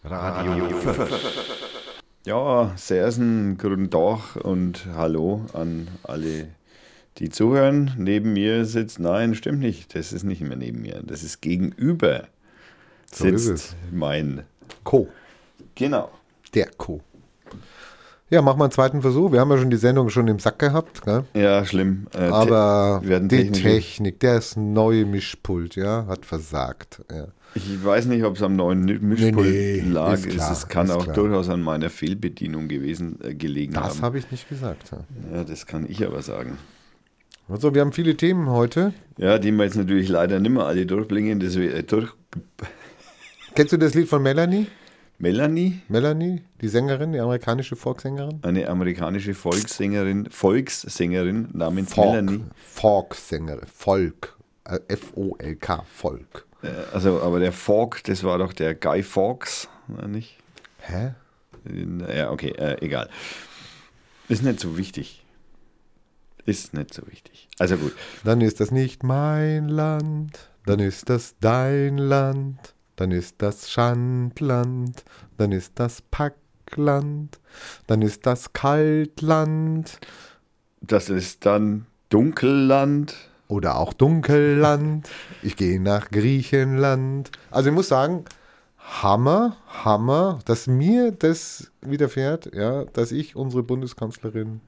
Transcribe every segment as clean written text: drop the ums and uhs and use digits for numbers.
Radio 5. Ja, sersen, guten Tag und hallo an alle, die zuhören. Neben mir sitzt, nein, stimmt nicht, das ist nicht mehr neben mir, das ist gegenüber So ist sitzt es. mein, Co. genau. Der Co. Ja, mach mal einen zweiten Versuch. Wir haben ja schon die Sendung schon im Sack gehabt, gell? Ja, schlimm. Aber wir hatten die technische- Technik, das neue Mischpult, ja, hat versagt. Ja. Ich weiß nicht, ob es am neuen Mischpult Nee, lag. ist klar, Es kann ist auch klar. durchaus an meiner Fehlbedienung gelegen Das haben. habe ich nicht gesagt. Ja. Ja, das kann ich aber sagen. Also, wir haben viele Themen heute. Ja, die wir jetzt natürlich leider nicht mehr alle durchbringen. Kennst du das Lied von Melanie? Melanie, Melanie, die Sängerin, die amerikanische Folksängerin? eine amerikanische Volkssängerin namens Melanie. Folksängerin, Folk, F-O-L-K, Folk. Also, aber der Fawkes, das war doch der Guy Fawkes, oder nicht? Hä? Ja, okay, egal. Ist nicht so wichtig. Ist nicht so wichtig. Also gut. Dann ist das nicht mein Land, dann ist das dein Land, dann ist das Schandland, dann ist das Packland, dann ist das Kaltland Das ist dann Dunkelland. oder auch Dunkelland. Ich gehe nach Griechenland. Also ich muss sagen, Hammer, dass mir das widerfährt, ja, dass ich unsere Bundeskanzlerin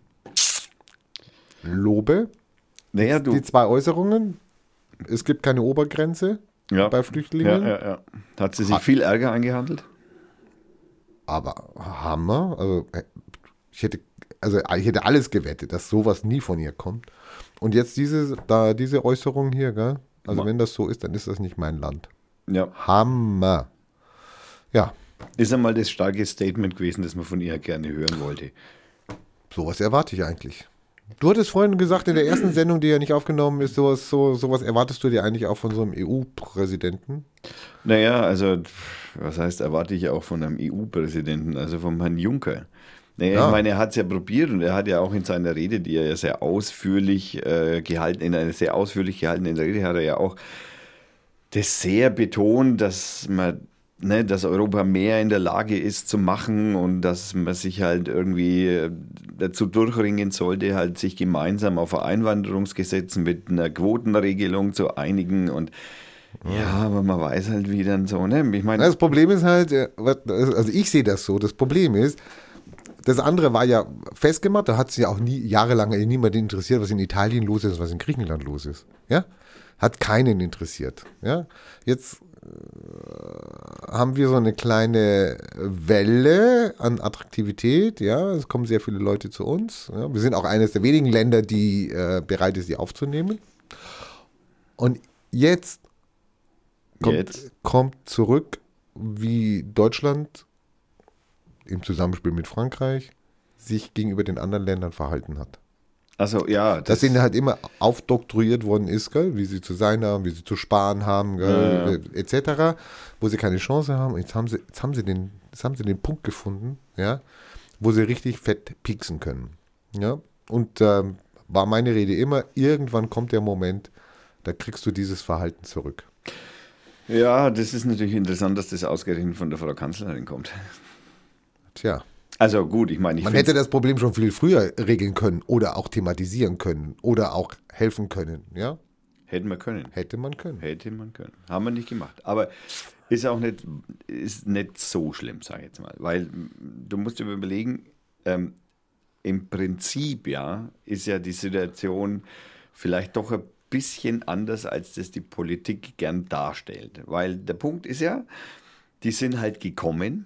lobe. Naja, du. Die zwei Äußerungen, es gibt keine Obergrenze Ja. bei Flüchtlingen. Ja. Hat sie sich viel Ärger eingehandelt? Aber Hammer, ich hätte alles gewettet, dass sowas nie von ihr kommt. Und jetzt diese Äußerung hier, gell? Also Ma- wenn das so ist, dann ist das nicht mein Land. Ja. Hammer. Ja, Ist einmal das starke Statement gewesen, das man von ihr gerne hören wollte. sowas erwarte ich eigentlich. Du hattest vorhin gesagt, in der ersten Sendung, die ja nicht aufgenommen ist, sowas erwartest du dir eigentlich auch von so einem EU-Präsidenten? Naja, also, was heißt, erwarte ich auch von einem EU-Präsidenten, also vom Herrn Juncker. Naja, Ja. ich meine, er hat es ja probiert und er hat ja auch in seiner Rede, die er ja sehr ausführlich in einer sehr ausführlich gehaltenen Rede, hat er ja auch das sehr betont, dass dass Europa mehr in der Lage ist zu machen und dass man sich halt irgendwie dazu durchringen sollte, halt sich gemeinsam auf ein Einwanderungsgesetz mit einer Quotenregelung zu einigen und ja, aber man weiß halt, wie dann so, ne? Ich meine, Das Problem ist halt, also ich sehe das so, das Problem ist, das andere war ja festgemacht, da hat es ja auch jahrelang niemand interessiert, was in Italien los ist, was in Griechenland los ist. Ja? Hat keinen interessiert. Ja? Jetzt haben wir so eine kleine Welle an Attraktivität. Ja? Es kommen sehr viele Leute zu uns. Ja? Wir sind auch eines der wenigen Länder, die bereit ist, sie aufzunehmen. Und jetzt kommt zurück, wie Deutschland im Zusammenspiel mit Frankreich sich gegenüber den anderen Ländern verhalten hat. also ja, Dass ihnen halt immer aufdoktroyiert worden ist, gell, wie sie zu sein haben, wie sie zu sparen haben, gell, etc., wo sie keine Chance haben. Und jetzt haben sie den Punkt gefunden, ja, wo sie richtig fett pieksen können. Ja? Und war meine Rede immer, irgendwann kommt der Moment, da kriegst du dieses Verhalten zurück. ja, das ist natürlich interessant, dass das ausgerechnet von der Frau Kanzlerin kommt. Tja. Also gut, ich meine, Man hätte das Problem schon viel früher regeln können oder auch thematisieren können oder auch helfen können, ja? hätten wir können. Hätte man können. Hätte man können. Haben wir nicht gemacht. Aber ist auch nicht so schlimm, sage ich jetzt mal. Weil du musst dir überlegen, im Prinzip ja, ist ja die Situation vielleicht doch ein bisschen anders, als das die Politik gern darstellt. Weil der Punkt ist ja, die sind halt gekommen,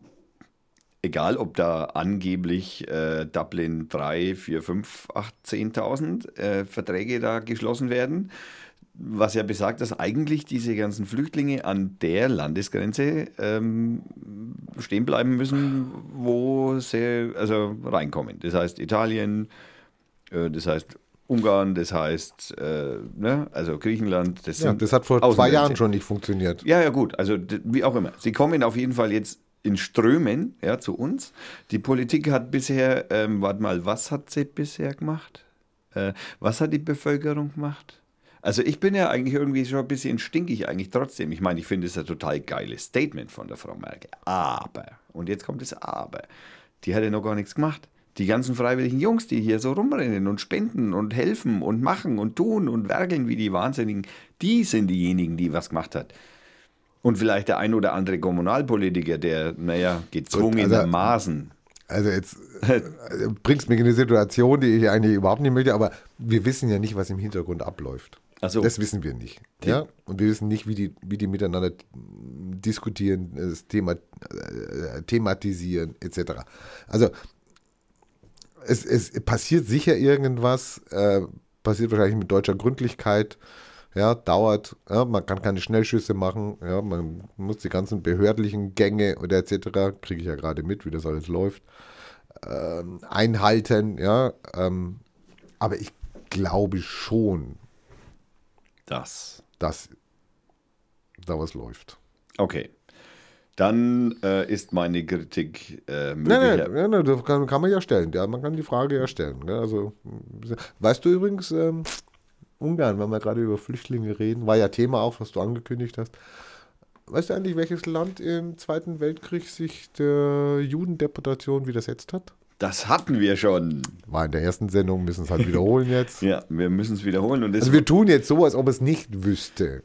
egal ob da angeblich Dublin 3, 4, 5, 8, 10.000 Verträge da geschlossen werden, was ja besagt, dass eigentlich diese ganzen Flüchtlinge an der Landesgrenze stehen bleiben müssen, wo sie also reinkommen. Das heißt Italien, das heißt Ungarn, das heißt also Griechenland. Ja, das hat vor 2 Jahren schon nicht funktioniert. Ja, gut, also wie auch immer. Sie kommen auf jeden Fall jetzt in Strömen, ja, zu uns. Die Politik hat bisher, was hat sie bisher gemacht? Was hat die Bevölkerung gemacht? Also ich bin ja eigentlich irgendwie schon ein bisschen stinkig eigentlich trotzdem. Ich meine, ich finde es ein total geiles Statement von der Frau Merkel. Aber, und jetzt kommt das Aber, die hat ja noch gar nichts gemacht. Die ganzen freiwilligen Jungs, die hier so rumrennen und spenden und helfen und machen und tun und werkeln wie die Wahnsinnigen, die sind diejenigen, die was gemacht hat. Und vielleicht der ein oder andere Kommunalpolitiker, der, naja, gezwungenermaßen. Also jetzt bringst mich in eine Situation, die ich eigentlich überhaupt nicht möchte, aber wir wissen ja nicht, was im Hintergrund abläuft. Ach so. Das wissen wir nicht. Ja? Und wir wissen nicht, wie die miteinander diskutieren, das Thema thematisieren, etc. Also es passiert sicher irgendwas, passiert wahrscheinlich mit deutscher Gründlichkeit, ja, dauert, ja, man kann keine Schnellschüsse machen, ja, man muss die ganzen behördlichen Gänge oder etc., kriege ich ja gerade mit, wie das alles läuft, einhalten, ja, aber ich glaube schon, dass da was läuft. Okay. Dann ist meine Kritik Nein, das kann man ja stellen. Ja, man kann die Frage ja stellen. Ja, also, weißt du übrigens, Ungarn, wenn wir gerade über Flüchtlinge reden, war ja Thema auch, was du angekündigt hast. Weißt du eigentlich, welches Land im Zweiten Weltkrieg sich der Judendeportation widersetzt hat? Das hatten wir schon. War in der ersten Sendung, müssen es halt wiederholen jetzt. Ja, wir müssen es wiederholen. Und also wir tun jetzt so, als ob es nicht wüsste.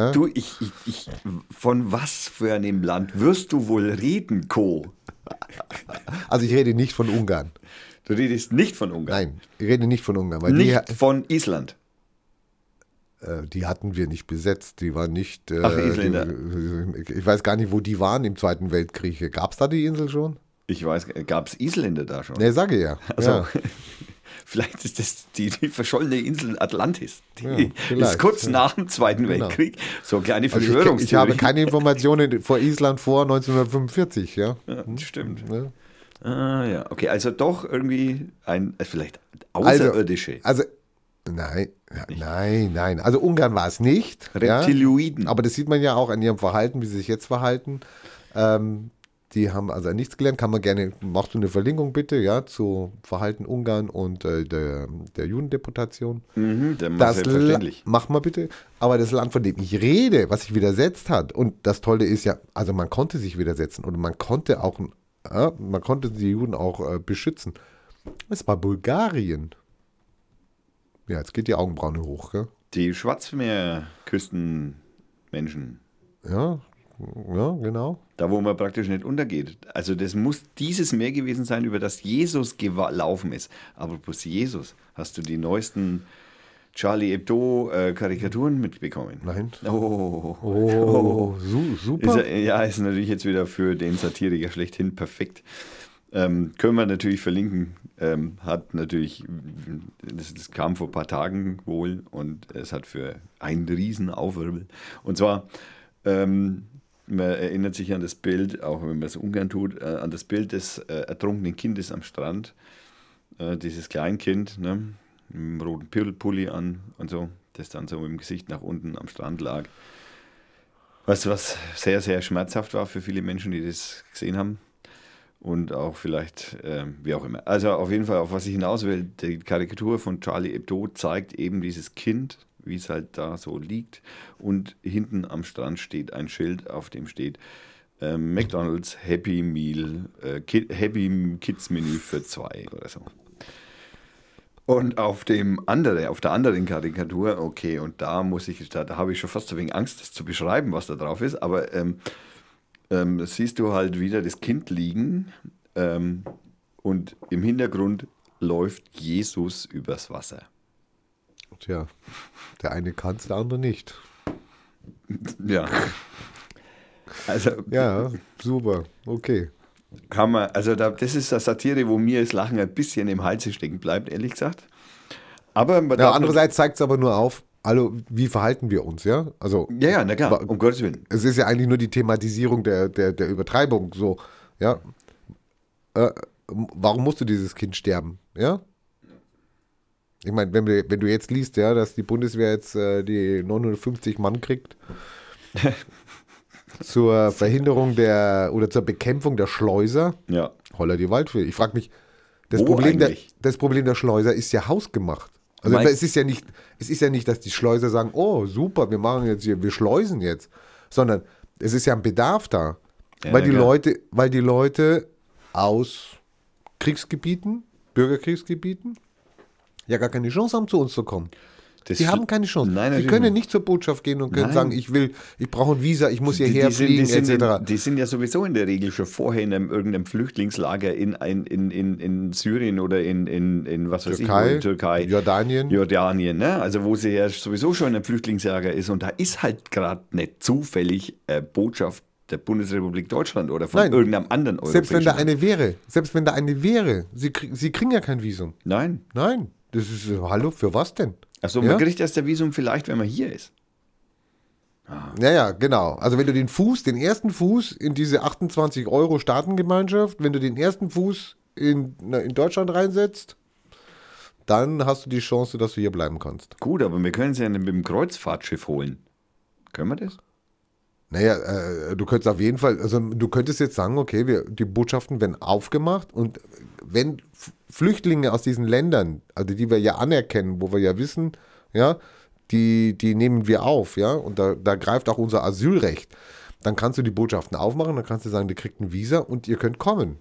Von was für einem Land wirst du wohl reden, Co? Also ich rede nicht von Ungarn. Du redest nicht von Ungarn? Nein, ich rede nicht von Ungarn. Weil nicht von Island? Die hatten wir nicht besetzt. Die waren nicht... Ach, Isländer. Ich weiß gar nicht, wo die waren im Zweiten Weltkrieg. Gab es da die Insel schon? Ich weiß, gab es Isländer da schon? Ne, sage ja. Also, ja. Vielleicht ist das die verschollene Insel Atlantis. Die ja, ist kurz nach dem Zweiten Weltkrieg. So eine kleine Verschwörungstheorie. Also ich habe keine Informationen vor Island vor 1945, ja. Ja, das stimmt. Ja. Ah, ja, okay, also doch irgendwie vielleicht Außerirdische. Also nein. Also Ungarn war es nicht. Reptiloiden. Ja, aber das sieht man ja auch an ihrem Verhalten, wie sie sich jetzt verhalten. Die haben also nichts gelernt. Kann man gerne, machst du eine Verlinkung bitte, ja, zu Verhalten Ungarn und der Judendeportation. Selbstverständlich. Mach mal bitte. Aber das Land, von dem ich rede, was sich widersetzt hat, und das Tolle ist ja, also man konnte sich widersetzen und man konnte die Juden auch beschützen. Das war Bulgarien. Ja, jetzt geht die Augenbraune hoch, gell? Die Schwarzmeerküstenmenschen. Ja, genau. Da, wo man praktisch nicht untergeht. Also das muss dieses Meer gewesen sein, über das Jesus gelaufen ist. Aber plus Jesus, hast du die neuesten Charlie Hebdo Karikaturen mitbekommen? Nein. Oh, super. Ist natürlich jetzt wieder für den Satiriker schlechthin perfekt. Können wir natürlich verlinken. Hat natürlich, das kam vor ein paar Tagen wohl und es hat für einen riesen Aufwirbel. Und zwar, man erinnert sich an das Bild, auch wenn man es ungern tut, an das Bild des ertrunkenen Kindes am Strand. Dieses Kleinkind, ne, mit dem roten Pulli an und so, das dann so mit dem Gesicht nach unten am Strand lag. Was sehr, sehr schmerzhaft war für viele Menschen, die das gesehen haben. Und auch vielleicht, wie auch immer. Also auf jeden Fall, auf was ich hinaus will, die Karikatur von Charlie Hebdo zeigt eben dieses Kind, wie es halt da so liegt. Und hinten am Strand steht ein Schild, auf dem steht McDonald's Happy Meal, Happy Kids Menü für 2 oder so. Und auf der anderen Karikatur, okay, und da habe ich schon fast ein wenig Angst, das zu beschreiben, was da drauf ist, aber siehst du halt wieder das Kind liegen und im Hintergrund läuft Jesus übers Wasser. Tja, der eine kann es, der andere nicht. Ja. Also, ja, super, okay. Das ist eine Satire, wo mir das Lachen ein bisschen im Halse stecken bleibt, ehrlich gesagt. Aber andererseits zeigt es aber nur auf, also, wie verhalten wir uns, ja? Also, ja, na klar, um Gottes Willen. Es ist ja eigentlich nur die Thematisierung der Übertreibung, so, ja. Warum musste dieses Kind sterben, ja? Ich meine, wenn du jetzt liest, ja, dass die Bundeswehr jetzt die 950 Mann kriegt zur Verhinderung oder zur Bekämpfung der Schleuser, ja. Holla die Waldfee. Ich frage mich, das Problem der Schleuser ist ja hausgemacht. Also es ist ja nicht, dass die Schleuser sagen, oh super, wir machen jetzt hier, wir schleusen jetzt, sondern es ist ja ein Bedarf da, Ja, weil klar. die Leute aus Kriegsgebieten, Bürgerkriegsgebieten, ja gar keine Chance haben, zu uns zu kommen. Die haben keine Chance. Nein, Sie natürlich können nicht. nicht zur Botschaft gehen und können Nein. sagen, ich brauche ein Visa, ich muss hierher sind- fliegen, sind, etc. die sind ja sowieso in der Regel schon vorher in irgendeinem Flüchtlingslager in Syrien oder in was weiß Türkei, ich, wo, in Türkei, Jordanien. ne? Also wo sie ja sowieso schon in einem Flüchtlingslager ist und da ist halt gerade nicht zufällig Botschaft der Bundesrepublik Deutschland oder von Nein. irgendeinem anderen Selbst wenn da Land. eine wäre, sie kriegen ja kein Visum. Nein. Nein, das ist, hallo, für was denn? Achso, Ja? man kriegt erst der Visum vielleicht, wenn man hier ist. Ja, genau. Also wenn du den ersten Fuß in diese 28 € Staatengemeinschaft, wenn du den ersten Fuß in Deutschland reinsetzt, dann hast du die Chance, dass du hier bleiben kannst. Gut, aber wir können es ja mit dem Kreuzfahrtschiff holen. Können wir das? Naja, du könntest auf jeden Fall, also du könntest jetzt sagen, okay, die Botschaften werden aufgemacht und wenn Flüchtlinge aus diesen Ländern, also die wir ja anerkennen, wo wir ja wissen, ja, die nehmen wir auf, ja, und da greift auch unser Asylrecht, dann kannst du die Botschaften aufmachen, dann kannst du sagen, ihr kriegt ein Visa und ihr könnt kommen.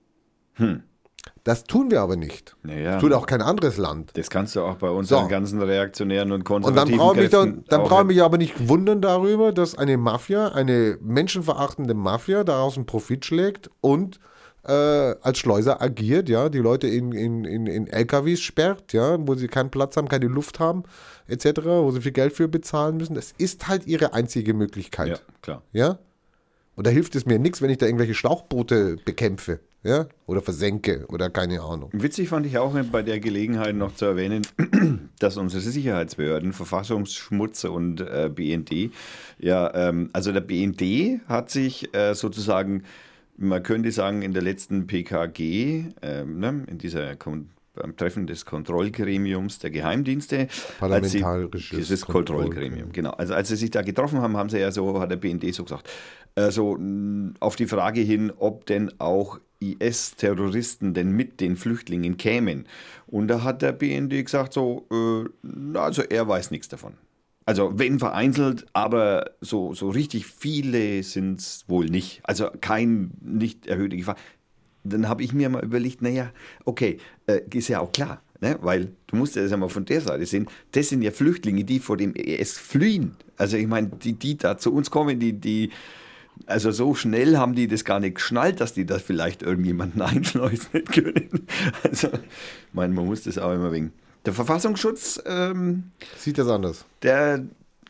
Das tun wir aber nicht. Naja. Das tut auch kein anderes Land. Das kannst du auch bei unseren So. ganzen reaktionären und Und dann konservativen brauche ich, Kräften dann auch brauche ich mich aber nicht wundern darüber, dass eine Mafia, eine menschenverachtende Mafia daraus einen Profit schlägt und als Schleuser agiert, ja, die Leute in LKWs sperrt, ja, wo sie keinen Platz haben, keine Luft haben, etc., wo sie viel Geld für bezahlen müssen. Das ist halt ihre einzige Möglichkeit. Ja, klar. Ja? Und da hilft es mir nichts, wenn ich da irgendwelche Schlauchboote bekämpfe, ja, oder versenke oder keine Ahnung. Witzig fand ich auch bei der Gelegenheit noch zu erwähnen, dass unsere Sicherheitsbehörden, Verfassungsschutz und BND, ja, also der BND hat sich sozusagen, man könnte sagen, in der letzten PKG, ne, in dieser beim Treffen des Kontrollgremiums der Geheimdienste, Parlamentarisches Kontrollgremium, genau. Also als sie sich da getroffen haben, haben sie ja so, hat der BND so gesagt, auf die Frage hin, ob denn auch IS-Terroristen denn mit den Flüchtlingen kämen. Und da hat der BND gesagt so, also er weiß nichts davon. Also wenn vereinzelt, aber so richtig viele sind es wohl nicht. Also nicht erhöhte Gefahr. Dann habe ich mir mal überlegt, naja, okay, ist ja auch klar, ne? Weil du musst ja das ja mal von der Seite sehen, das sind ja Flüchtlinge, die vor dem IS fliehen. Also ich meine, die da zu uns kommen, also so schnell haben die das gar nicht geschnallt, dass die da vielleicht irgendjemanden einschleusen können. Also ich meine, man muss das auch immer wegen. Der Verfassungsschutz, Sieht das anders? der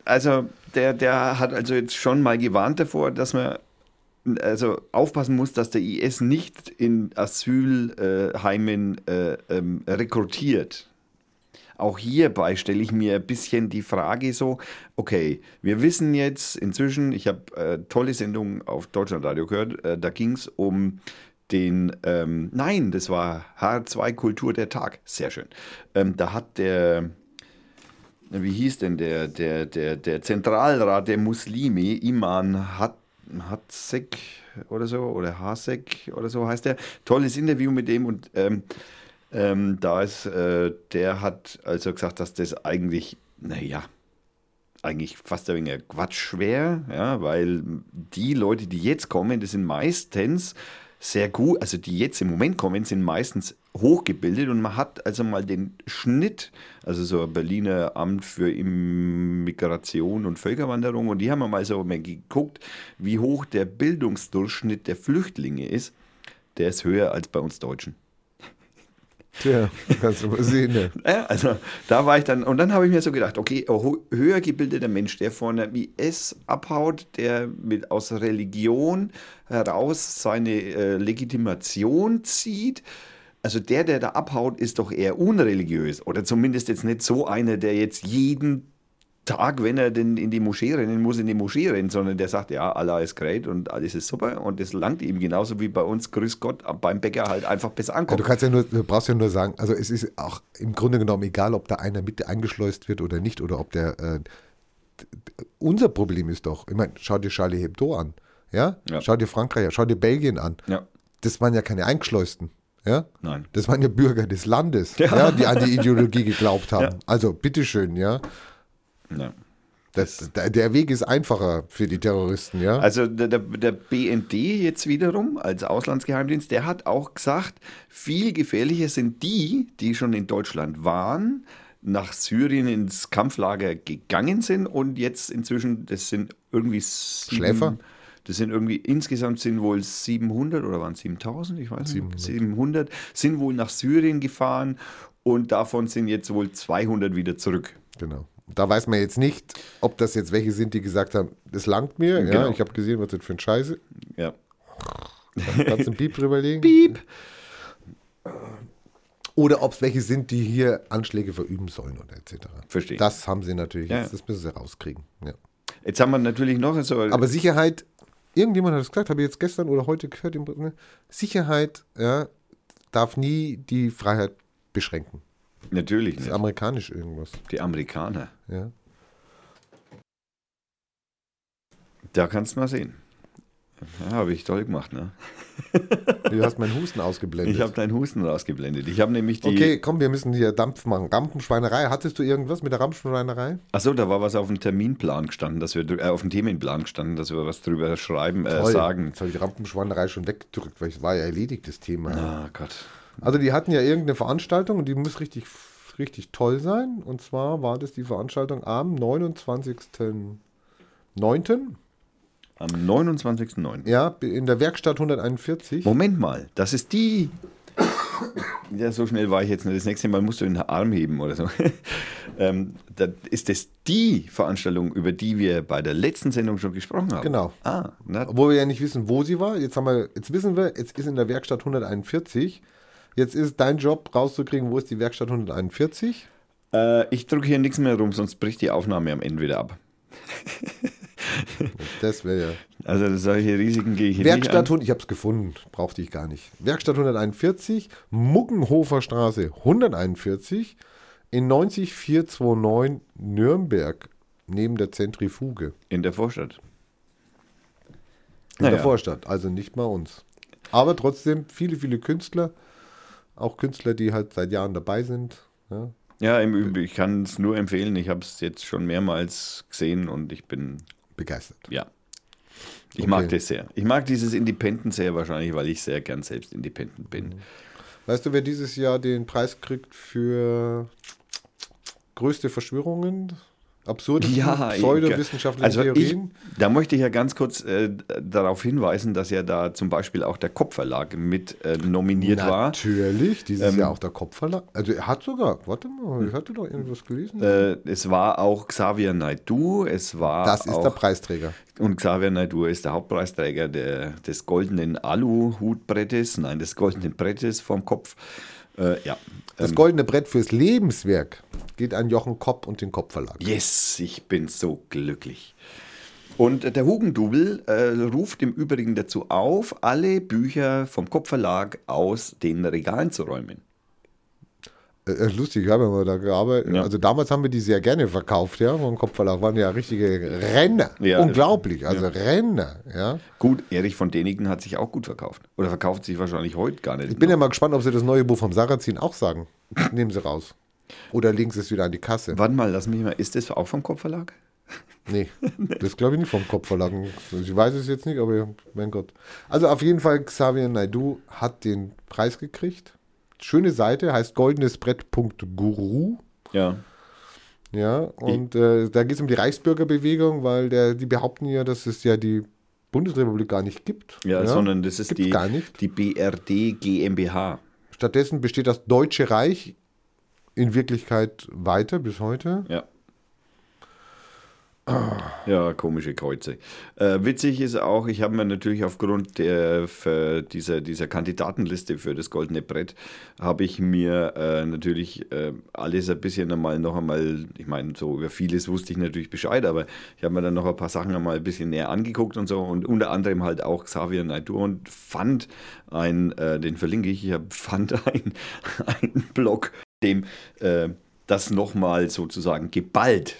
hat also jetzt schon mal gewarnt davor, dass man also aufpassen muss, dass der IS nicht in Asylheimen rekrutiert. Auch hierbei stelle ich mir ein bisschen die Frage so, okay, wir wissen jetzt inzwischen, ich habe tolle Sendungen auf Deutschlandradio gehört, da ging es um nein, das war H2 Kultur der Tag, sehr schön. Da hat wie hieß denn der Zentralrat der Muslime, Iman Hatzek oder so, oder Hasek oder so heißt der, tolles Interview mit dem und der hat also gesagt, dass das eigentlich, naja, eigentlich fast ein wenig Quatsch wäre, ja, weil die Leute, die jetzt kommen, das sind meistens sehr gut, also die jetzt im Moment kommen, sind meistens hochgebildet und man hat also mal den Schnitt, also so ein Berliner Amt für Immigration und Völkerwanderung und die haben mal so mal geguckt, wie hoch der Bildungsdurchschnitt der Flüchtlinge ist, der ist höher als bei uns Deutschen. Tja, kannst du mal sehen, ne? Ja, also da war ich dann, und dann habe ich mir so gedacht, okay, ein höher gebildeter Mensch, der von der IS abhaut, der aus Religion heraus seine Legitimation zieht, also der da abhaut, ist doch eher unreligiös oder zumindest jetzt nicht so einer, der jetzt jeden Tag, wenn er denn in die Moschee rennen muss, in die Moschee rennt, sondern der sagt, ja, Allah ist great und alles ist super und das langt ihm genauso wie bei uns, grüß Gott, beim Bäcker halt einfach besser Ja, ankommt. du brauchst ja nur sagen, also es ist auch im Grunde genommen egal, ob da einer mit eingeschleust wird oder nicht oder ob unser Problem ist doch, ich meine, schau dir Charlie Hebdo an, ja? Ja. Schau dir Frankreich an, schau dir Belgien an. Ja. Das waren ja keine Eingeschleusten. Ja? Nein. Das waren ja Bürger des Landes, ja, die an die Ideologie geglaubt haben. Also bitteschön, ja. Ja. Der Weg ist einfacher für die Terroristen, ja. Also der BND jetzt wiederum als Auslandsgeheimdienst, der hat auch gesagt, viel gefährlicher sind die schon in Deutschland waren, nach Syrien ins Kampflager gegangen sind und jetzt inzwischen, das sind irgendwie Schläfer? Das sind irgendwie, insgesamt sind wohl 700 oder waren es 7000, ich weiß nicht, 700 sind wohl nach Syrien gefahren und davon sind jetzt wohl 200 wieder zurück. Genau. Da weiß man jetzt nicht, ob das jetzt welche sind, die gesagt haben, das langt mir, Genau. ja, ich habe gesehen, was das für ein Scheiße. Ja. Da kannst du einen Piep drüber legen. Piep. Oder ob es welche sind, die hier Anschläge verüben sollen oder etc. Verstehe. Das haben sie natürlich, Ja. jetzt, das müssen sie rauskriegen. Ja. Jetzt haben wir natürlich noch so. Aber Sicherheit, irgendjemand hat es gesagt, habe ich jetzt gestern oder heute gehört, ne? Sicherheit darf nie die Freiheit beschränken. Natürlich Das ist nicht. amerikanisch irgendwas. Die Amerikaner. Ja. Da kannst du mal sehen. Ja, habe ich toll gemacht, ne? Du hast meinen Husten ausgeblendet. Ich habe deinen Husten rausgeblendet. Ich habe nämlich die. Okay, komm, wir müssen hier Dampf machen. Rampenschweinerei. Hattest du irgendwas mit der Rampenschweinerei? Achso, da war was auf dem Terminplan gestanden, dass wir auf dem Themenplan gestanden, dass wir was drüber schreiben, Toll. sagen. Jetzt habe ich Rampenschweinerei schon weggedrückt, weil es war ja erledigt, das Thema. Ah Gott. Also die hatten ja irgendeine Veranstaltung und die muss richtig, richtig toll sein. Und zwar war das die Veranstaltung am 29.09. Am 29.09. Ja, in der Werkstatt 141. Moment mal, das ist die. Ja, so schnell war ich jetzt nicht. Das nächste Mal musst du den Arm heben oder so. Da ist das die Veranstaltung, über die wir bei der letzten Sendung schon gesprochen haben. Genau. Ah, na, Obwohl wir ja nicht wissen, wo sie war. Jetzt wissen wir, jetzt ist in der Werkstatt 141. Jetzt ist dein Job rauszukriegen, wo ist die Werkstatt 141. ich drücke hier nichts mehr rum, sonst bricht die Aufnahme am Ende wieder ab. Das wäre ja. Also solche Risiken gehe ich hier Werkstatt, nicht an. ich habe es gefunden, brauchte ich gar nicht. Werkstatt 141, Muckenhofer Straße 141 in 90429 Nürnberg, neben der Zentrifuge. In der Vorstadt. In der Naja. Vorstadt, also nicht mal uns. Aber trotzdem viele, viele Künstler, auch Künstler, die halt seit Jahren dabei sind. Ja. Ja, im Übrigen, ich kann es nur empfehlen. Ich habe es jetzt schon mehrmals gesehen und ich bin, Begeistert. ja. Ich Okay. mag das sehr. Ich mag dieses Independent sehr wahrscheinlich, weil ich sehr gern selbst independent bin. Weißt du, wer dieses Jahr den Preis kriegt für größte Verschwörungen? Absurde pseudowissenschaftliche also Theorien? Da möchte ich ja ganz kurz darauf hinweisen, dass ja da zum Beispiel auch der Kopfverlag mit nominiert war. Natürlich, dieses Jahr auch der Kopfverlag. Also er hat sogar, warte mal, ich hatte doch irgendwas gelesen. Es war auch Xavier Naidoo, es war Das ist auch, der Preisträger. und Xavier Naidoo ist der Hauptpreisträger des goldenen Aluhutbrettes, nein, des goldenen Brettes vom Kopf. Ja. Das goldene Brett fürs Lebenswerk geht an Jochen Kopp und den Kopfverlag. Yes, ich bin so glücklich. Und der Hugendubel ruft im Übrigen dazu auf, alle Bücher vom Kopfverlag aus den Regalen zu räumen. Lustig, ich habe ja mal da gearbeitet. Ja. Also damals haben wir die sehr gerne verkauft, ja, vom Kopfverlag. Waren ja richtige Renner. Ja. Unglaublich, also Renner, ja. Gut, Erich von Däniken hat sich auch gut verkauft. Oder verkauft sich wahrscheinlich heute gar nicht. Ich bin ja mal gespannt, ob sie das neue Buch vom Sarrazin auch sagen. Nehmen sie raus. Oder legen sie es wieder an die Kasse. Warte mal, lass mich mal. Ist das auch vom Kopfverlag? Nee, das glaube ich nicht vom Kopfverlag. Ich weiß es jetzt nicht, aber mein Gott. Also auf jeden Fall, Xavier Naidoo hat den Preis gekriegt. Schöne Seite, heißt goldenesbrett.guru. Ja. Ja, und da geht es um die Reichsbürgerbewegung, weil die behaupten ja, dass es ja die Bundesrepublik gar nicht gibt. Ja, sondern das ist Gibt's gar nicht. die BRD GmbH. Stattdessen besteht das Deutsche Reich in Wirklichkeit weiter bis heute. Ja. Ja, komische Kreuze. Witzig ist auch, ich habe mir natürlich aufgrund dieser Kandidatenliste für das Goldene Brett, habe ich mir natürlich alles ein bisschen noch einmal, ich meine, so über vieles wusste ich natürlich Bescheid, aber ich habe mir dann noch ein paar Sachen einmal ein bisschen näher angeguckt und so und unter anderem halt auch Xavier Naidoo und fand den verlinke ich, fand einen Blog, dem das nochmal sozusagen geballt.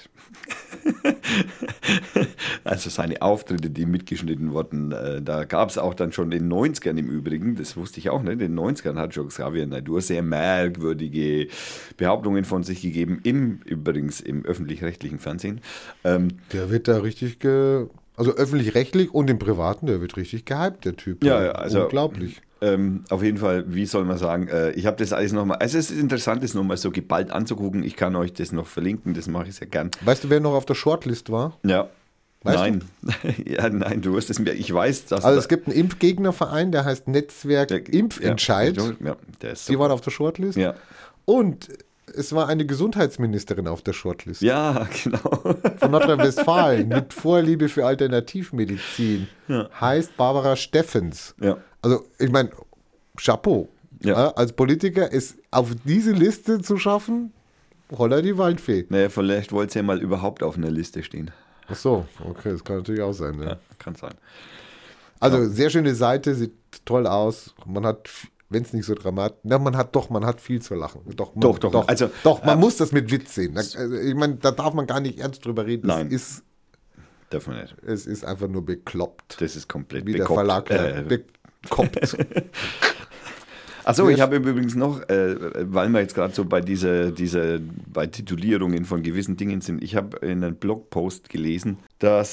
Also seine Auftritte, die mitgeschnitten wurden, da gab es auch dann schon in den 90ern im Übrigen, das wusste ich auch nicht, in den 90ern hat schon Xavier Naidoo sehr merkwürdige Behauptungen von sich gegeben, übrigens im öffentlich-rechtlichen Fernsehen. Der wird da richtig, also öffentlich-rechtlich und im Privaten, der wird richtig gehypt, der Typ. Ja, also unglaublich. Auf jeden Fall, wie soll man sagen, ich habe das alles nochmal, also es ist interessant, das nochmal so geballt anzugucken. Ich kann euch das noch verlinken, das mache ich sehr gern. Weißt du, wer noch auf der Shortlist war? Ja. Weißt nein. Ja, nein, du wirst es mir, ich weiß, dass... Also es gibt einen Impfgegnerverein, der heißt Netzwerk Impfentscheid. Ja, der ist so. Die waren auf der Shortlist. Ja. Und es war eine Gesundheitsministerin auf der Shortlist. Ja, genau. Von Nordrhein-Westfalen mit Vorliebe für Alternativmedizin. Ja. Heißt Barbara Steffens. Ja. Also ich meine, Chapeau. Ja. Als Politiker ist auf diese Liste zu schaffen, holla die Waldfee. Naja, vielleicht wollte sie ja mal überhaupt auf einer Liste stehen. Ach so, okay, das kann natürlich auch sein. Ne? Ja, kann sein. Also sehr schöne Seite, sieht toll aus. Man hat, wenn es nicht so dramatisch, man hat viel zu lachen. Doch. Also, man muss das mit Witz sehen. Also, ich meine, da darf man gar nicht ernst drüber reden. Nein. Darf man nicht. Es ist einfach nur bekloppt. Das ist komplett Wie bekoppt. der Verlag bekloppt. Achso, ich habe übrigens noch, weil wir jetzt gerade so bei bei Titulierungen von gewissen Dingen sind, ich habe in einem Blogpost gelesen, dass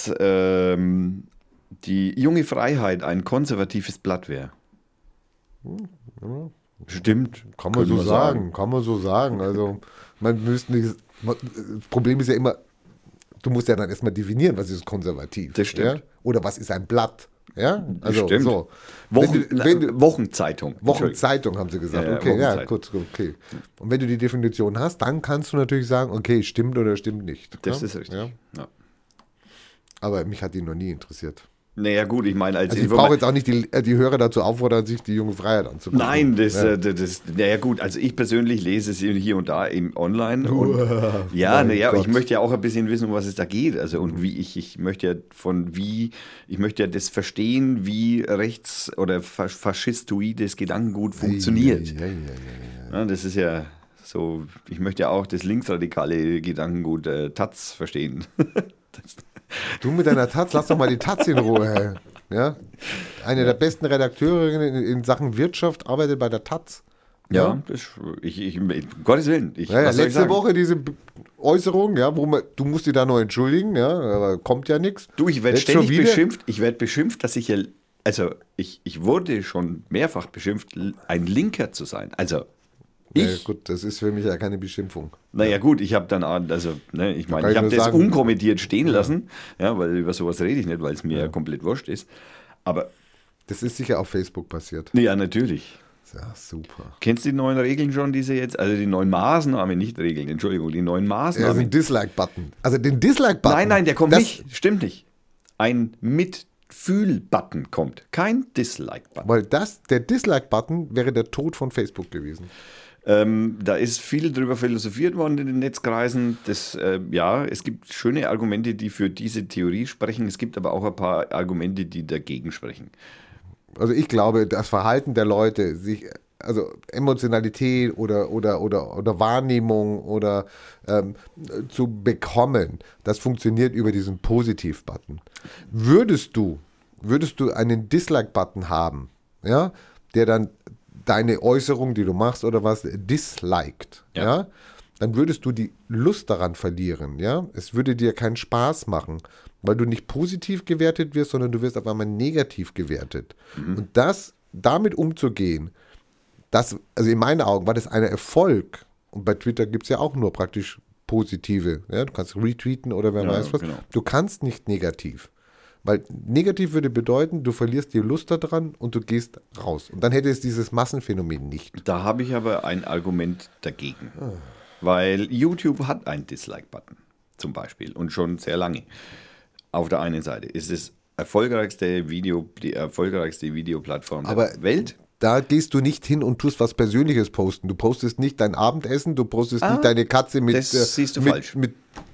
die Junge Freiheit ein konservatives Blatt wäre. Stimmt. Kann man so sagen. Also, man müsste nicht, das Problem ist ja immer, du musst ja dann erstmal definieren, was ist konservativ. Das stimmt. Ja? Oder was ist ein Blatt. Ja, also stimmt. so. Wochenzeitung. Wochenzeitung haben sie gesagt. Okay, ja, gut, okay. Und wenn du die Definition hast, dann kannst du natürlich sagen, okay, stimmt oder stimmt nicht. Das ja? ist richtig. Ja. Aber mich hat die noch nie interessiert. Naja gut, ich meine, also ich brauche jetzt auch nicht die Hörer dazu auffordern, sich die junge Freiheit anzugucken. Nein, naja gut, also ich persönlich lese es hier und da im Online. Und, ich möchte ja auch ein bisschen wissen, um was es da geht. Also und wie ich möchte ja das verstehen, wie rechts- oder faschistoides Gedankengut funktioniert. Ja, das ist ja so, ich möchte ja auch das linksradikale Gedankengut Taz verstehen. Du mit deiner Taz, lass doch mal die Taz in Ruhe. Ja? Eine der besten Redakteurinnen in Sachen Wirtschaft arbeitet bei der Taz. Ja, um Gottes Willen. Letzte Woche diese Äußerung, ja, du musst dich da noch entschuldigen, ja, aber kommt ja nichts. Du, ich werde ständig beschimpft. Ich werde beschimpft, dass ich ich wurde schon mehrfach beschimpft, ein Linker zu sein. Also gut, das ist für mich ja keine Beschimpfung. Naja gut, ich habe dann, ich habe das unkommentiert stehen lassen, ja, weil über sowas rede ich nicht, weil es mir ja komplett wurscht ist. Aber das ist sicher auf Facebook passiert. Ja, natürlich. Ja, super. Kennst du die neuen Regeln schon, diese jetzt? Also die neuen Maßnahmen, nicht Regeln, Entschuldigung, die neuen Maßnahmen. Ja, den Dislike-Button. Also den Dislike-Button. Nein, der kommt nicht, stimmt nicht. Ein Mitfühl-Button kommt, kein Dislike-Button. Weil der Dislike-Button wäre der Tod von Facebook gewesen. Da ist viel drüber philosophiert worden in den Netzkreisen. Es gibt schöne Argumente, die für diese Theorie sprechen. Es gibt aber auch ein paar Argumente, die dagegen sprechen. Also ich glaube, das Verhalten der Leute, also Emotionalität oder Wahrnehmung oder zu bekommen, das funktioniert über diesen Positiv-Button. Würdest du einen Dislike-Button haben, ja, der dann deine Äußerung, die du machst oder was, disliked, ja, dann würdest du die Lust daran verlieren, ja. Es würde dir keinen Spaß machen, weil du nicht positiv gewertet wirst, sondern du wirst auf einmal negativ gewertet. Und damit umzugehen, also in meinen Augen war das ein Erfolg. Und bei Twitter gibt es ja auch nur praktisch positive, ja. Du kannst retweeten oder wer weiß was. Genau. Du kannst nicht negativ. Weil negativ würde bedeuten, du verlierst die Lust daran und du gehst raus. Und dann hätte es dieses Massenphänomen nicht. Da habe ich aber ein Argument dagegen. Weil YouTube hat einen Dislike-Button zum Beispiel und schon sehr lange. Auf der einen Seite ist es die erfolgreichste Videoplattform der Welt. Da gehst du nicht hin und tust was Persönliches posten. Du postest nicht dein Abendessen, du postest nicht deine Katze mit... Das siehst du falsch.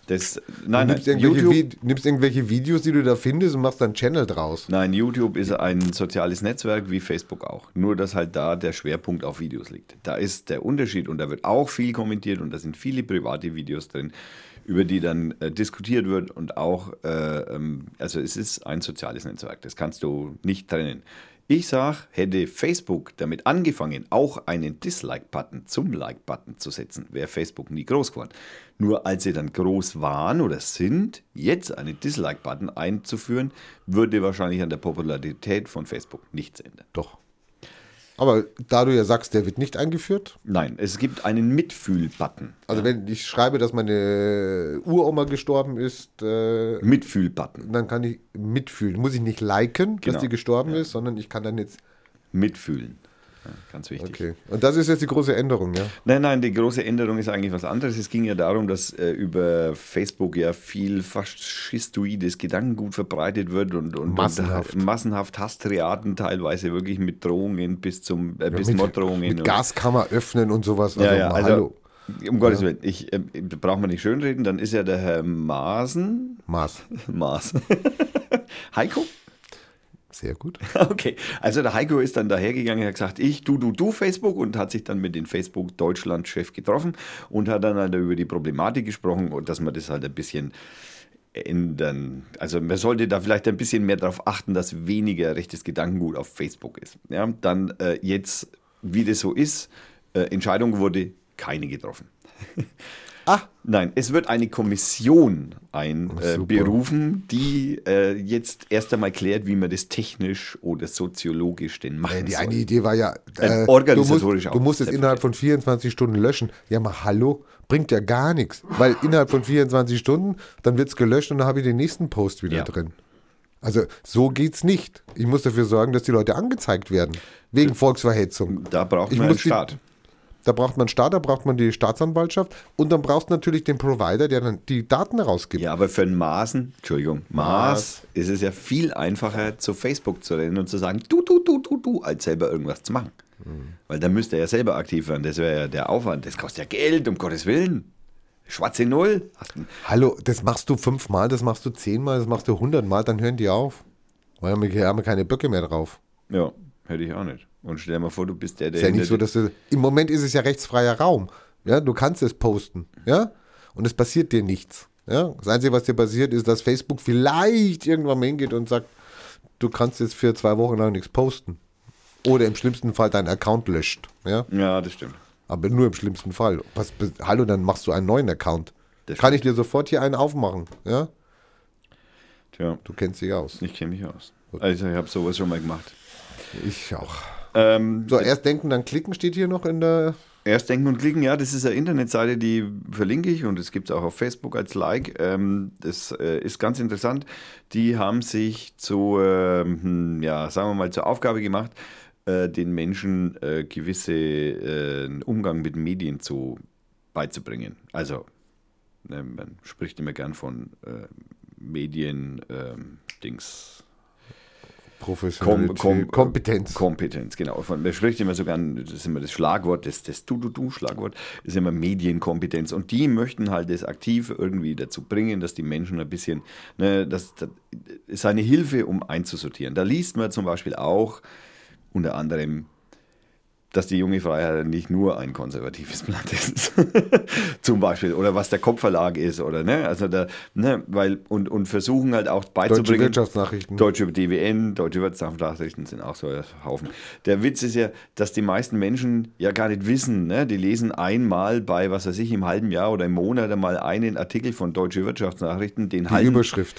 Nein, nimmst irgendwelche Videos, die du da findest und machst dann einen Channel draus. Nein, YouTube ist ein soziales Netzwerk wie Facebook auch. Nur, dass halt da der Schwerpunkt auf Videos liegt. Da ist der Unterschied und da wird auch viel kommentiert und da sind viele private Videos drin, über die dann diskutiert wird und auch, also es ist ein soziales Netzwerk. Das kannst du nicht trennen. Ich sage, hätte Facebook damit angefangen, auch einen Dislike-Button zum Like-Button zu setzen, wäre Facebook nie groß geworden. Nur als sie dann groß waren oder sind, jetzt einen Dislike-Button einzuführen, würde wahrscheinlich an der Popularität von Facebook nichts ändern. Doch. Aber da du ja sagst, der wird nicht eingeführt. Nein, es gibt einen Mitfühl-Button. Also wenn ich schreibe, dass meine Uroma gestorben ist, Mitfühl-Button. dann kann ich mitfühlen. Muss ich nicht liken, dass Genau. die gestorben ist, sondern ich kann dann jetzt Mitfühlen. Ja, ganz wichtig. Okay. Und das ist jetzt die große Änderung, ja? Nein, die große Änderung ist eigentlich was anderes. Es ging ja darum, dass über Facebook ja viel faschistoides Gedankengut verbreitet wird und massenhaft Hasstriaden, teilweise wirklich mit Drohungen bis Morddrohungen. Mit Gaskammer öffnen und sowas. Also, hallo. Um Gottes Willen, da braucht man nicht schönreden, dann ist ja der Herr Maas. Heiko? Sehr gut. Okay, also der Heiko ist dann dahergegangen, hat gesagt, du Facebook und hat sich dann mit dem Facebook-Deutschland-Chef getroffen und hat dann halt über die Problematik gesprochen und dass man das halt ein bisschen ändern. Also man sollte da vielleicht ein bisschen mehr darauf achten, dass weniger rechtes Gedankengut auf Facebook ist. Ja, dann jetzt, wie das so ist, Entscheidung wurde keine getroffen. Nein, es wird eine Kommission berufen, die jetzt erst einmal klärt, wie man das technisch oder soziologisch denn machen soll. Die eine Idee war ja, organisatorisch du musst es innerhalb von 24 Stunden löschen. Ja, mal hallo, bringt ja gar nichts. Weil innerhalb von 24 Stunden, dann wird es gelöscht und dann habe ich den nächsten Post wieder drin. Also so geht's nicht. Ich muss dafür sorgen, dass die Leute angezeigt werden. Wegen Volksverhetzung. Da braucht man einen Staat. Da braucht man einen Staat, da braucht man die Staatsanwaltschaft und dann brauchst du natürlich den Provider, der dann die Daten rausgibt. Ja, aber für einen Maas ist es ja viel einfacher, zu Facebook zu rennen und zu sagen, du, als selber irgendwas zu machen. Weil dann müsste er ja selber aktiv werden. Das wäre ja der Aufwand. Das kostet ja Geld, um Gottes Willen. Schwarze Null. Hallo, das machst du 5-mal, das machst du 10-mal, das machst du 100-mal, dann hören die auf. Weil wir haben keine Böcke mehr drauf. Ja, hätte ich auch nicht. Und stell dir mal vor, du bist der... Ist ja nicht so, dass im Moment ist es ja rechtsfreier Raum. Ja, du kannst es posten. Ja, und es passiert dir nichts. Ja, das Einzige, was dir passiert, ist, dass Facebook vielleicht irgendwann mal hingeht und sagt, du kannst jetzt für 2 Wochen lang nichts posten. Oder im schlimmsten Fall deinen Account löscht. Ja, das stimmt. Aber nur im schlimmsten Fall. Hallo, dann machst du einen neuen Account. Kann ich dir sofort hier einen aufmachen. Ja? Tja. Du kennst dich aus. Ich kenne mich aus. Also ich habe sowas schon mal gemacht. Ich auch. Erst denken, dann klicken steht hier noch in der... Erst denken und klicken, ja, das ist eine Internetseite, die verlinke ich und es gibt es auch auf Facebook als Like. Das ist ganz interessant. Die haben sich sagen wir mal, zur Aufgabe gemacht, den Menschen gewisse Umgang mit Medien beizubringen. Also, man spricht immer gern von Kompetenz. Kompetenz, genau. Man spricht immer sogar, das ist immer das Schlagwort, das Du-Du-Du-Schlagwort, ist immer Medienkompetenz. Und die möchten halt das aktiv irgendwie dazu bringen, dass die Menschen ein bisschen, das ist eine Hilfe, um einzusortieren. Da liest man zum Beispiel auch unter anderem, dass die Junge Freiheit nicht nur ein konservatives Blatt ist, zum Beispiel, oder was der Kopfverlag ist, oder also und versuchen halt auch beizubringen. Deutsche Wirtschaftsnachrichten. Deutsche DWN, Deutsche Wirtschaftsnachrichten sind auch so ein Haufen. Der Witz ist ja, dass die meisten Menschen ja gar nicht wissen, die lesen einmal bei, was weiß ich, im halben Jahr oder im Monat einmal einen Artikel von Deutsche Wirtschaftsnachrichten, Überschrift.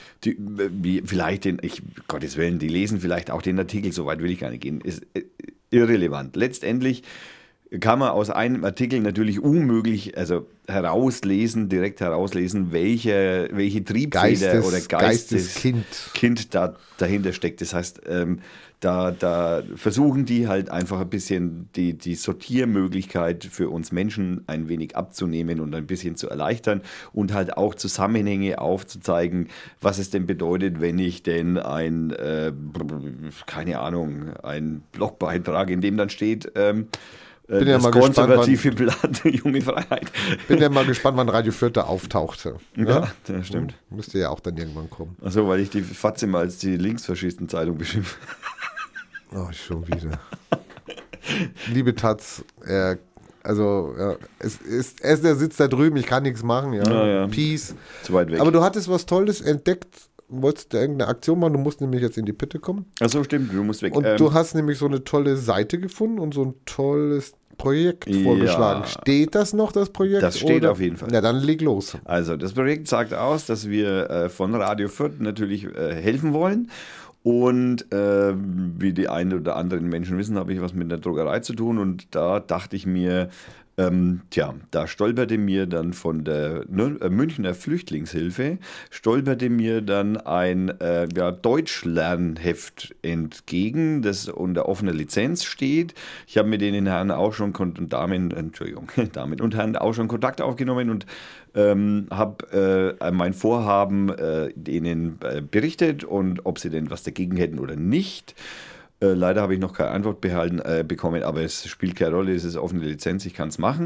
Gottes Willen, die lesen vielleicht auch den Artikel, so weit will ich gar nicht gehen, ist irrelevant. Letztendlich kann man aus einem Artikel natürlich unmöglich direkt herauslesen, welche Triebfeder oder Geisteskind da dahinter steckt. Das heißt, da versuchen die halt einfach ein bisschen die Sortiermöglichkeit für uns Menschen ein wenig abzunehmen und ein bisschen zu erleichtern und halt auch Zusammenhänge aufzuzeigen, was es denn bedeutet, wenn ich denn einen Blogbeitrag, in dem dann steht, Bin ja das mal gespannt, konservative Blatt Junge Freiheit. Bin ja mal gespannt, wann Radio Fürth da auftauchte. Ja, das stimmt. Müsste ja auch dann irgendwann kommen. Achso, weil ich die FAZ immer als die linksfaschisten Zeitung beschimpfe. Oh, schon wieder. Liebe Taz, also, ja, der sitzt da drüben, ich kann nichts machen, ja. Ja. Peace. Zu weit weg. Aber du hattest was Tolles entdeckt, wolltest du irgendeine Aktion machen, du musst nämlich jetzt in die Pütte kommen. Achso, stimmt, du musst weg. Und du hast nämlich so eine tolle Seite gefunden und so ein tolles Projekt vorgeschlagen. Steht das noch, das Projekt? Das steht oder? auf jeden Fall. Na, dann leg los. Also, das Projekt sagt aus, dass wir von Radio Fürth natürlich helfen wollen. Und wie die einen oder anderen Menschen wissen, habe ich was mit der Druckerei zu tun. Und da dachte ich mir, da stolperte mir dann von der Münchner Flüchtlingshilfe, stolperte mir dann ein Deutschlernheft entgegen, das unter offener Lizenz steht. Ich habe mit den Herren auch schon Damen und Herren auch schon Kontakt aufgenommen und habe mein Vorhaben denen berichtet und ob sie denn was dagegen hätten oder nicht. Leider habe ich noch keine Antwort bekommen, aber es spielt keine Rolle, es ist offene Lizenz, ich kann es machen.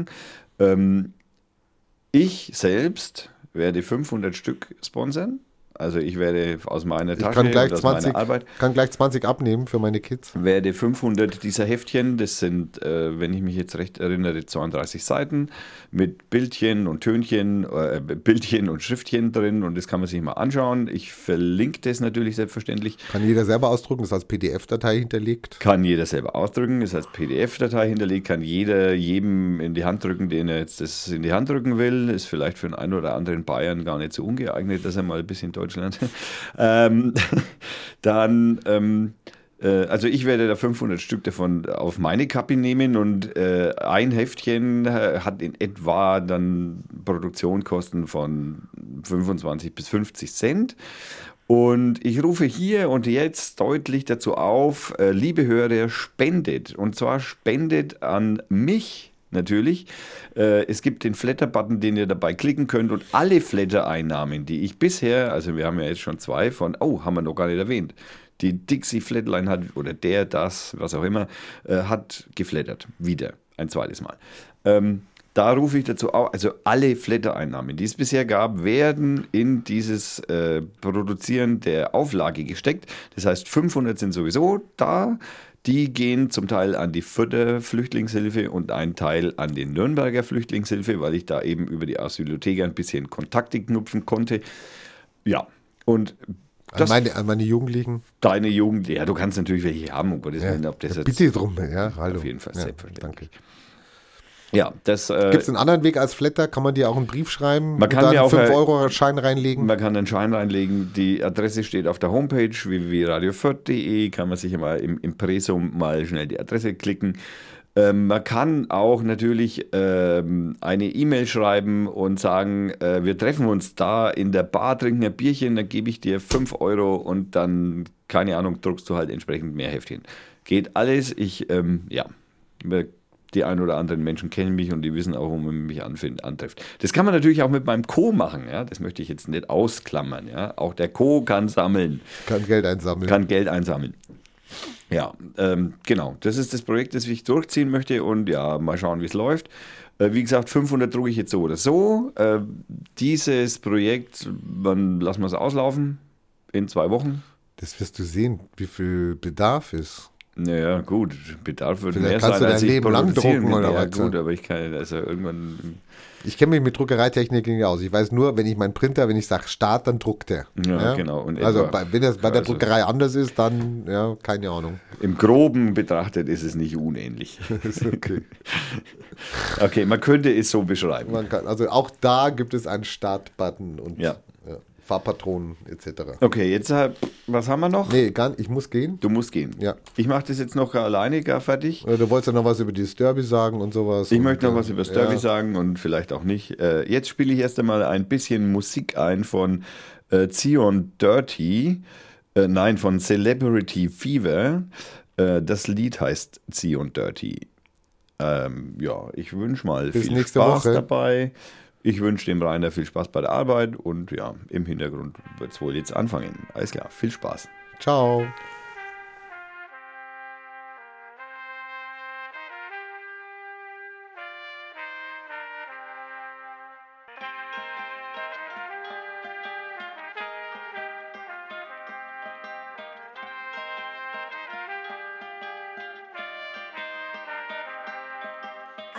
Ich selbst werde 500 Stück sponsern. Also ich werde aus meiner Tasche und aus 20, meiner Arbeit kann gleich 20 abnehmen für meine Kids. Werde 500 dieser Heftchen, das sind, wenn ich mich jetzt recht erinnere, 32 Seiten mit Bildchen und Tönchen, Bildchen und Schriftchen drin und das kann man sich mal anschauen. Ich verlinke das natürlich selbstverständlich. Kann jeder selber ausdrucken, ist als PDF-Datei hinterlegt. Kann jeder selber ausdrücken, ist als PDF-Datei hinterlegt, kann jeder jedem in die Hand drücken, den er jetzt das in die Hand drücken will. Ist vielleicht für einen oder anderen Bayern gar nicht so ungeeignet, dass er mal ein bisschen Deutschland. Also ich werde da 500 Stück davon auf meine Kappe nehmen und ein Heftchen hat in etwa dann Produktionskosten von 25 bis 50 Cent. Und ich rufe hier und jetzt deutlich dazu auf, liebe Hörer, spendet. Und zwar spendet an mich. Natürlich. Es gibt den Flatter-Button, den ihr dabei klicken könnt und alle Flatter-Einnahmen, die ich bisher, also wir haben ja jetzt schon 2 haben wir noch gar nicht erwähnt, die Dixie Flatline hat, oder was auch immer, hat geflattert. Wieder. Ein zweites Mal. Da rufe ich dazu auf, also alle Flatter-Einnahmen, die es bisher gab, werden in dieses Produzieren der Auflage gesteckt. Das heißt, 500 sind sowieso da. Die gehen zum Teil an die Fürther Flüchtlingshilfe und ein Teil an die Nürnberger Flüchtlingshilfe, weil ich da eben über die Asylothek ein bisschen Kontakte knüpfen konnte. Ja, und an meine Jugendlichen? Deine Jugend, ja, du kannst natürlich welche haben, um Gottes Willen, ob das jetzt... Bitte drum, ja, hallo. Auf jeden Fall, ja, selbstverständlich. Danke. Ja, das... Gibt es einen anderen Weg als Flatter? Kann man dir auch einen Brief schreiben? Man kann mir auch 5-Euro-Schein reinlegen? Man kann einen Schein reinlegen. Die Adresse steht auf der Homepage www.radiofürth.de. Kann man sich mal im Impressum mal schnell die Adresse klicken. Man kann auch natürlich eine E-Mail schreiben und sagen, wir treffen uns da in der Bar, trinken ein Bierchen, dann gebe ich dir 5 Euro und dann, keine Ahnung, druckst du halt entsprechend mehr Heftchen. Geht alles. Die ein oder anderen Menschen kennen mich und die wissen auch, wo man mich antrifft. Das kann man natürlich auch mit meinem Co. machen. Ja? Das möchte ich jetzt nicht ausklammern. Ja? Auch der Co. kann sammeln. Kann Geld einsammeln. Ja, genau. Das ist das Projekt, das ich durchziehen möchte und ja, mal schauen, wie es läuft. Wie gesagt, 500 drucke ich jetzt so oder so. Dieses Projekt, wann lassen wir es auslaufen? In 2 Wochen. Das wirst du sehen, wie viel Bedarf ist. Naja, gut, Bedarf wird Vielleicht mehr kannst sein, du als dein ich Leben lang produzieren drucken kann. oder Ja, was? gut, aber ich kann, also irgendwann... Ich kenne mich mit Druckereitechnik nicht aus. Ich weiß nur, wenn ich meinen Printer, wenn ich sage Start, dann druckt der. Ja, genau. Und also wenn das bei der Druckerei anders ist, dann, ja, keine Ahnung. Im Groben betrachtet ist es nicht unähnlich. Ist okay. Okay, man könnte es so beschreiben. Also auch da gibt es einen Start-Button und ja. Fahrpatronen etc. Okay, jetzt, was haben wir noch? Nee, ich muss gehen. Du musst gehen. Ja. Ich mache das jetzt noch alleine gar fertig. Du wolltest ja noch was über dieses Derby sagen und sowas. Ich möchte noch was über das Derby sagen und vielleicht auch nicht. Jetzt spiele ich erst einmal ein bisschen Musik ein von Zion Dirty, von Celebrity Fever. Das Lied heißt Zion Dirty. Ich wünsche mal bis viel nächste Spaß Woche dabei. Ich wünsche dem Rainer viel Spaß bei der Arbeit und ja, im Hintergrund wird es wohl jetzt anfangen. Alles klar, viel Spaß. Ciao.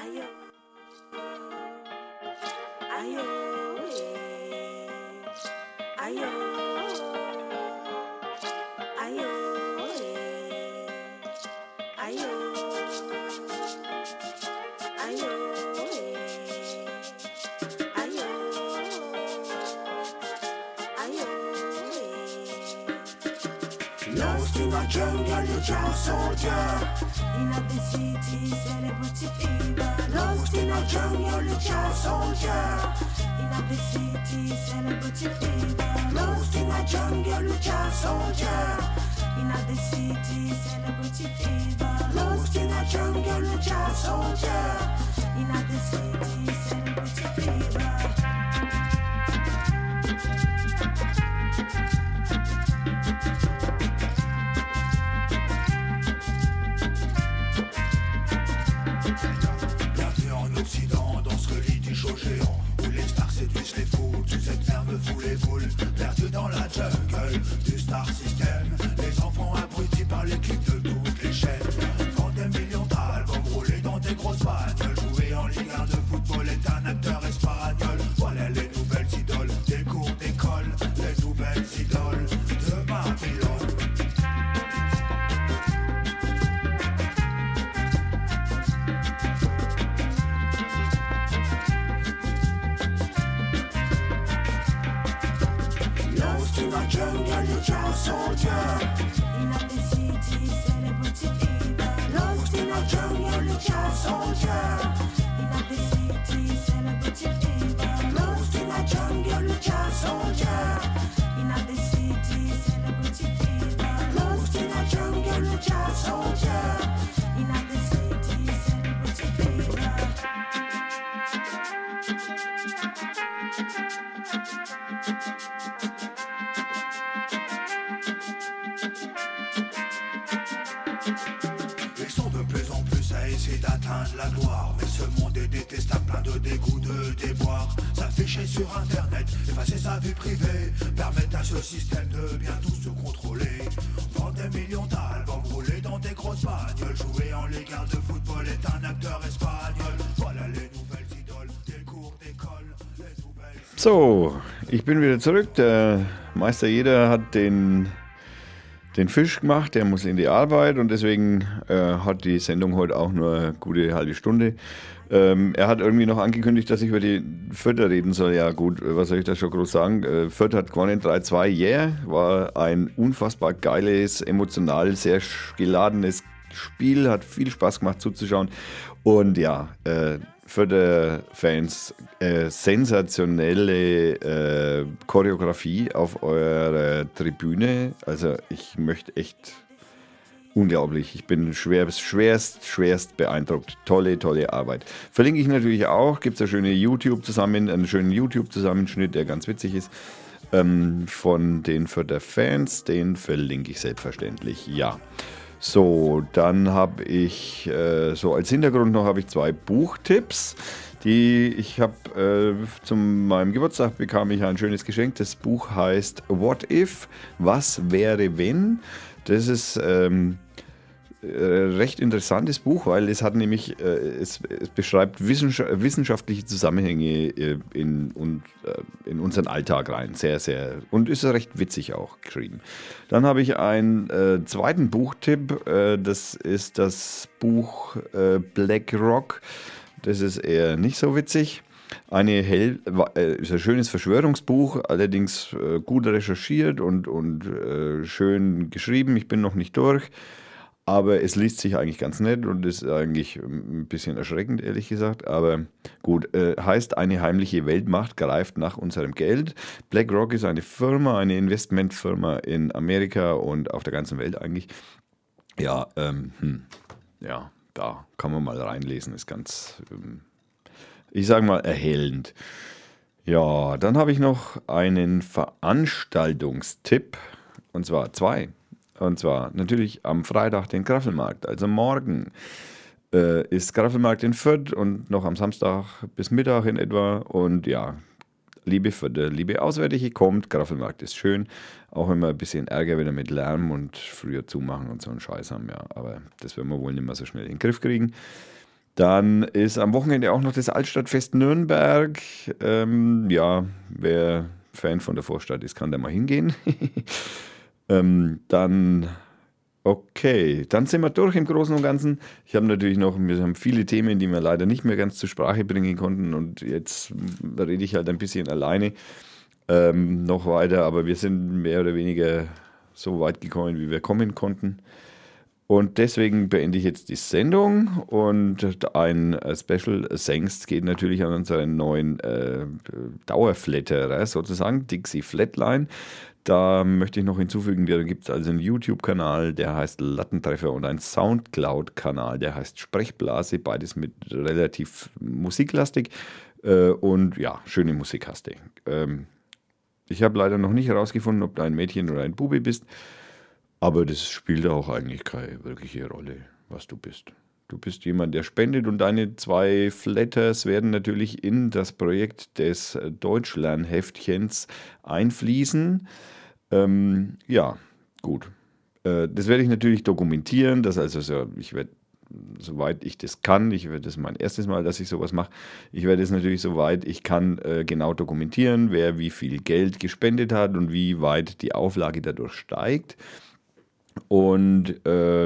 Lost in a jungle, you just soldier. In a the city, celebrity fever. Lost in a jungle, you just soldier. In a the city, celebrity fever. Lost in a jungle, you just soldier. In a the city, celebrity fever. Lost in a jungle, you just soldier. In a the city, celebrity fever. Perdu dans la jungle du star system. Les enfants abrutis par l'équipe de toutes les chaînes. Vendent des millions d'albums, roulés dans des grosses bagnoles. Jouer en Ligue 1 de football est un acteur espagnol. Voilà les nouvelles idoles des cours d'école. Les nouvelles idoles de Babylone. Jungle, you just soldier. In a the city, celebrity fever. Lost in a jungle, you just soldier. In a the city, celebrity fever. Lost in a jungle, you just soldier. In a the city, celebrity fever. Lost in a jungle, you just soldier. In a the city, celebrity fever. Ils sont de plus en plus à essayer d'atteindre la gloire. Mais ce monde est détestable, plein de dégoût, de déboire. S'afficher sur internet, effacer sa vie privée, permettre à ce système de bien tout se contrôler. Vendre des millions d'albums, rouler dans des grosses bagnoles. Jouer en Ligue 1 de football est un acteur espagnol. Voilà les nouvelles idoles des cours d'école. Les nouvelles... So, ich bin wieder zurück. Der Meister Jeder hat den Fisch gemacht, der muss in die Arbeit und deswegen hat die Sendung heute auch nur eine gute halbe Stunde. Er hat irgendwie noch angekündigt, dass ich über die Fürther reden soll. Ja gut, was soll ich da schon groß sagen? Fürth hat gewonnen 3-2, yeah. War ein unfassbar geiles, emotional sehr geladenes Spiel, hat viel Spaß gemacht zuzuschauen. Und ja, Fürther Fans, sensationelle Choreografie auf eurer Tribüne. Also ich möchte echt unglaublich. Ich bin schwerst beeindruckt. Tolle Arbeit. Verlinke ich natürlich auch. Gibt es einen schönen YouTube-Zusammenschnitt, der ganz witzig ist. Von den Fürther Fans. Den verlinke ich selbstverständlich. Ja. So, dann habe ich, so als Hintergrund noch, habe ich 2 Buchtipps, die ich habe, zu meinem Geburtstag bekam ich ein schönes Geschenk. Das Buch heißt What If? Was wäre wenn? Das ist recht interessantes Buch, weil es hat nämlich, es beschreibt wissenschaftliche Zusammenhänge in unseren Alltag rein. Und ist recht witzig auch geschrieben. Dann habe ich einen zweiten Buchtipp, das ist das Buch Black Rock. Das ist eher nicht so witzig. Ist ein schönes Verschwörungsbuch, allerdings gut recherchiert und schön geschrieben. Ich bin noch nicht durch. Aber es liest sich eigentlich ganz nett und ist eigentlich ein bisschen erschreckend, ehrlich gesagt. Aber gut, heißt, eine heimliche Weltmacht greift nach unserem Geld. BlackRock ist eine Firma, eine Investmentfirma in Amerika und auf der ganzen Welt eigentlich. Ja, ja, da kann man mal reinlesen. Ist ganz, ich sage mal, erhellend. Ja, dann habe ich noch einen Veranstaltungstipp, und zwar 2. Und zwar natürlich am Freitag den Graffelmarkt. Also morgen ist Graffelmarkt in Fürth und noch am Samstag bis Mittag in etwa. Und ja, liebe Fürther, liebe Auswärtige, kommt. Graffelmarkt ist schön. Auch immer ein bisschen Ärger wieder mit Lärm und früher zumachen und so einen Scheiß haben. Ja, aber das werden wir wohl nicht mehr so schnell in den Griff kriegen. Dann ist am Wochenende auch noch das Altstadtfest Nürnberg. Ja, wer Fan von der Vorstadt ist, kann da mal hingehen. Dann sind wir durch im Großen und Ganzen. Wir haben viele Themen, die wir leider nicht mehr ganz zur Sprache bringen konnten und jetzt rede ich halt ein bisschen alleine noch weiter, aber wir sind mehr oder weniger so weit gekommen, wie wir kommen konnten. Und deswegen beende ich jetzt die Sendung und ein Special Thanks geht natürlich an unseren neuen Dauerflatterer sozusagen, Dixie Flatline. Da möchte ich noch hinzufügen, da gibt es also einen YouTube-Kanal, der heißt Lattentreffer und einen Soundcloud-Kanal, der heißt Sprechblase, beides mit relativ musiklastig und ja, schöne Musikhastig. Ich habe leider noch nicht herausgefunden, ob du ein Mädchen oder ein Bube bist. Aber das spielt auch eigentlich keine wirkliche Rolle, was du bist. Du bist jemand, der spendet und deine 2 Flatters werden natürlich in das Projekt des Deutschlernheftchens einfließen. Ja, gut. Das werde ich natürlich dokumentieren. Ich werde, soweit ich das kann, das ist mein erstes Mal, dass ich sowas mache, ich werde es natürlich, soweit ich kann, genau dokumentieren, wer wie viel Geld gespendet hat und wie weit die Auflage dadurch steigt. Und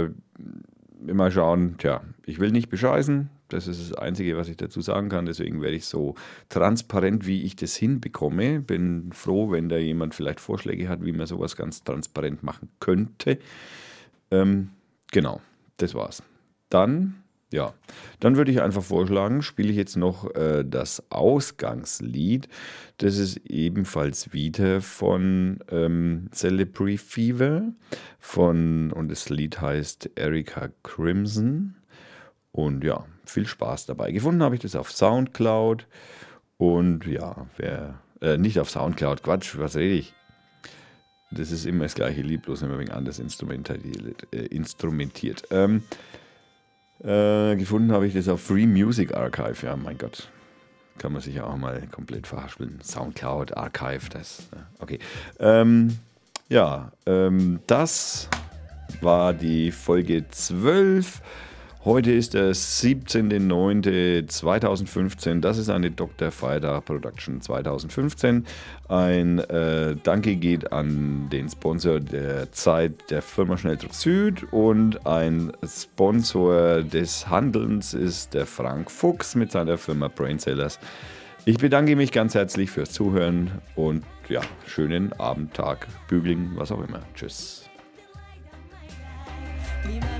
mal schauen, ich will nicht bescheißen, das ist das Einzige, was ich dazu sagen kann, deswegen werde ich so transparent, wie ich das hinbekomme. Bin froh, wenn da jemand vielleicht Vorschläge hat, wie man sowas ganz transparent machen könnte. Genau, das war's. Dann würde ich einfach vorschlagen, spiele ich jetzt noch das Ausgangslied. Das ist ebenfalls wieder von Celebrity Fever und das Lied heißt Erika Crimson. Und ja, viel Spaß dabei. Gefunden habe ich das auf Soundcloud und ja, nicht auf Soundcloud, Quatsch, was rede ich? Das ist immer das gleiche Lied, bloß immer ein wenig anders instrumentiert. Gefunden habe ich das auf Free Music Archive, ja, mein Gott. Kann man sich ja auch mal komplett verhaspeln. Soundcloud, Archive, okay. Das war die Folge 12. Heute ist der 17.09.2015. Das ist eine Dr. Feiertag Production 2015. Ein Danke geht an den Sponsor der Zeit, der Firma Schnelldruck Süd. Und ein Sponsor des Handelns ist der Frank Fuchs mit seiner Firma Brainsellers. Ich bedanke mich ganz herzlich fürs Zuhören und ja, schönen Abend, Tag, Bügeln, was auch immer. Tschüss.